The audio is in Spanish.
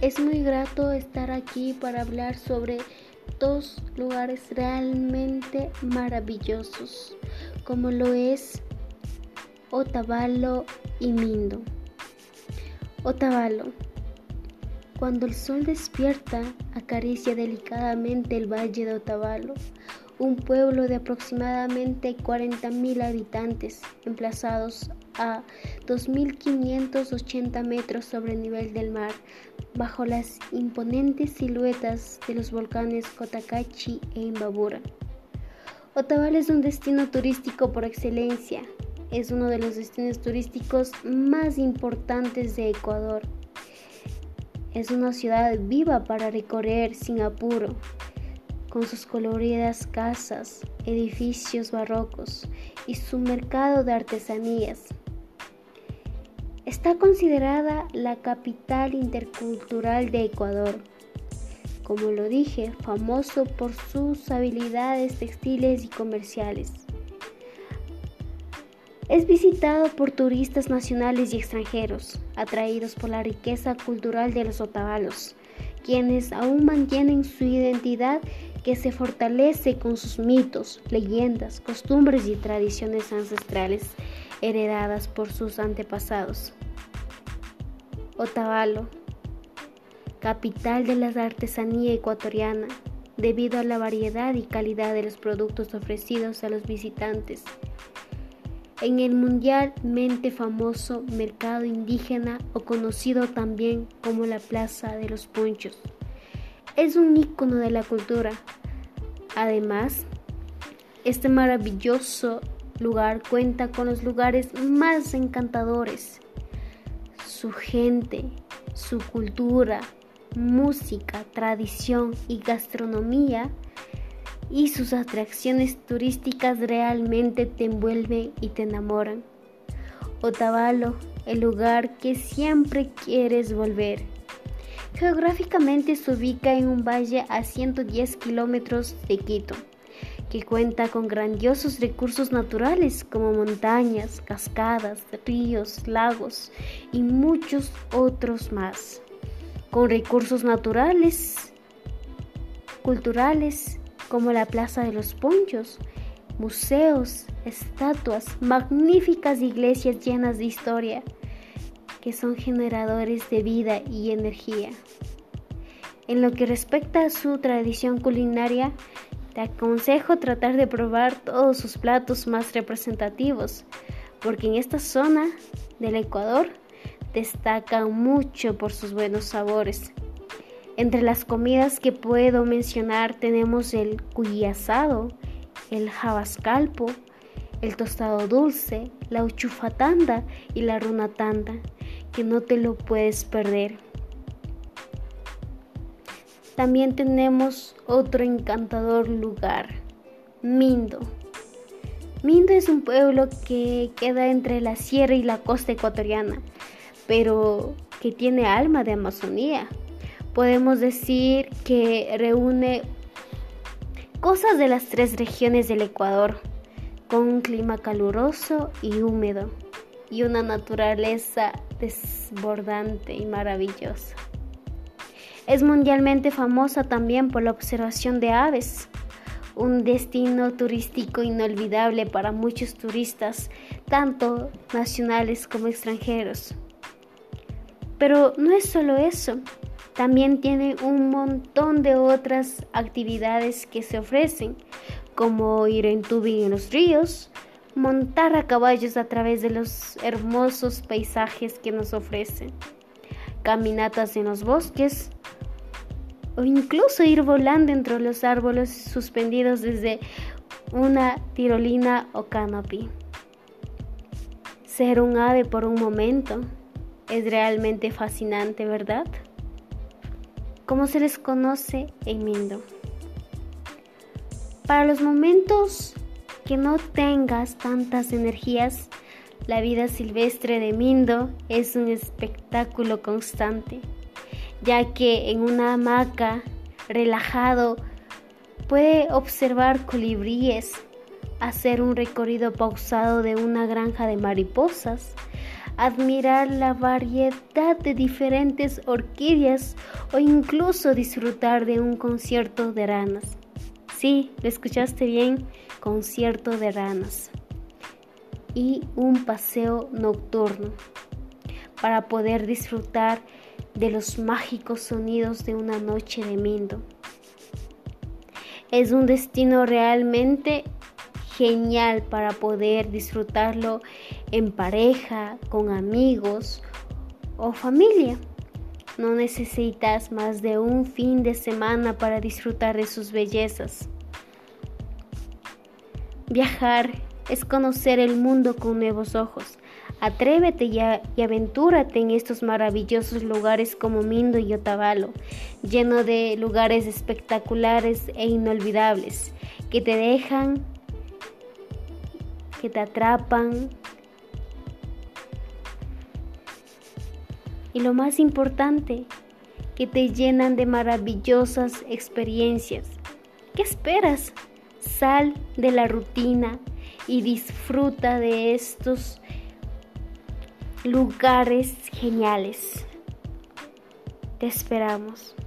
Es muy grato estar aquí para hablar sobre dos lugares realmente maravillosos, como lo es Otavalo y Mindo. Otavalo. Cuando el sol despierta, acaricia delicadamente el valle de Otavalo, un pueblo de aproximadamente 40.000 habitantes, emplazados a 2.580 metros sobre el nivel del mar, bajo las imponentes siluetas de los volcanes Cotacachi e Imbabura. Otavalo es un destino turístico por excelencia. Es uno de los destinos turísticos más importantes de Ecuador. Es una ciudad viva para recorrer sin apuro, con sus coloridas casas, edificios barrocos y su mercado de artesanías. Está considerada la capital intercultural de Ecuador. Como lo dije, famoso por sus habilidades textiles y comerciales. Es visitado por turistas nacionales y extranjeros, atraídos por la riqueza cultural de los otavalos, quienes aún mantienen su identidad que se fortalece con sus mitos, leyendas, costumbres y tradiciones ancestrales heredadas por sus antepasados. Otavalo, capital de la artesanía ecuatoriana, debido a la variedad y calidad de los productos ofrecidos a los visitantes. En el mundialmente famoso mercado indígena, o conocido también como la Plaza de los Ponchos, es un ícono de la cultura. Además, este maravilloso lugar cuenta con los lugares más encantadores. Su gente, su cultura, música, tradición y gastronomía y sus atracciones turísticas realmente te envuelven y te enamoran. Otavalo, el lugar que siempre quieres volver. Geográficamente se ubica en un valle a 110 kilómetros de Quito, que cuenta con grandiosos recursos naturales como montañas, cascadas, ríos, lagos y muchos otros más. Con recursos naturales, culturales, como la Plaza de los Ponchos, museos, estatuas, magníficas iglesias llenas de historia, que son generadores de vida y energía. En lo que respecta a su tradición culinaria, te aconsejo tratar de probar todos sus platos más representativos, porque en esta zona del Ecuador destacan mucho por sus buenos sabores. Entre las comidas que puedo mencionar tenemos el cuy asado, el jabascalpo, el tostado dulce, la uchufatanda y la runatanda, que no te lo puedes perder. También tenemos otro encantador lugar, Mindo. Mindo es un pueblo que queda entre la sierra y la costa ecuatoriana, pero que tiene alma de Amazonía. Podemos decir que reúne cosas de las 3 regiones del Ecuador, con un clima caluroso y húmedo, y una naturaleza desbordante y maravillosa. Es mundialmente famosa también por la observación de aves, un destino turístico inolvidable para muchos turistas, tanto nacionales como extranjeros. Pero no es solo eso. También tiene un montón de otras actividades que se ofrecen, como ir en tubing en los ríos, montar a caballos a través de los hermosos paisajes que nos ofrecen, caminatas en los bosques, o incluso ir volando entre los árboles suspendidos desde una tirolina o canopy. Ser un ave por un momento es realmente fascinante, ¿verdad? Como se les conoce en Mindo. Para los momentos que no tengas tantas energías, la vida silvestre de Mindo es un espectáculo constante, ya que en una hamaca, relajado, puede observar colibríes, hacer un recorrido pausado de una granja de mariposas, admirar la variedad de diferentes orquídeas o incluso disfrutar de un concierto de ranas. Sí, lo escuchaste bien, concierto de ranas. Y un paseo nocturno para poder disfrutar de los mágicos sonidos de una noche de Mindo. Es un destino realmente genial para poder disfrutarlo en pareja, con amigos o familia. No necesitas más de un fin de semana para disfrutar de sus bellezas. Viajar es conocer el mundo con nuevos ojos. Atrévete y aventúrate en estos maravillosos lugares como Mindo y Otavalo, lleno de lugares espectaculares e inolvidables que te dejan, que te atrapan. Y lo más importante, que te llenan de maravillosas experiencias. ¿Qué esperas? Sal de la rutina y disfruta de estos lugares geniales. Te esperamos.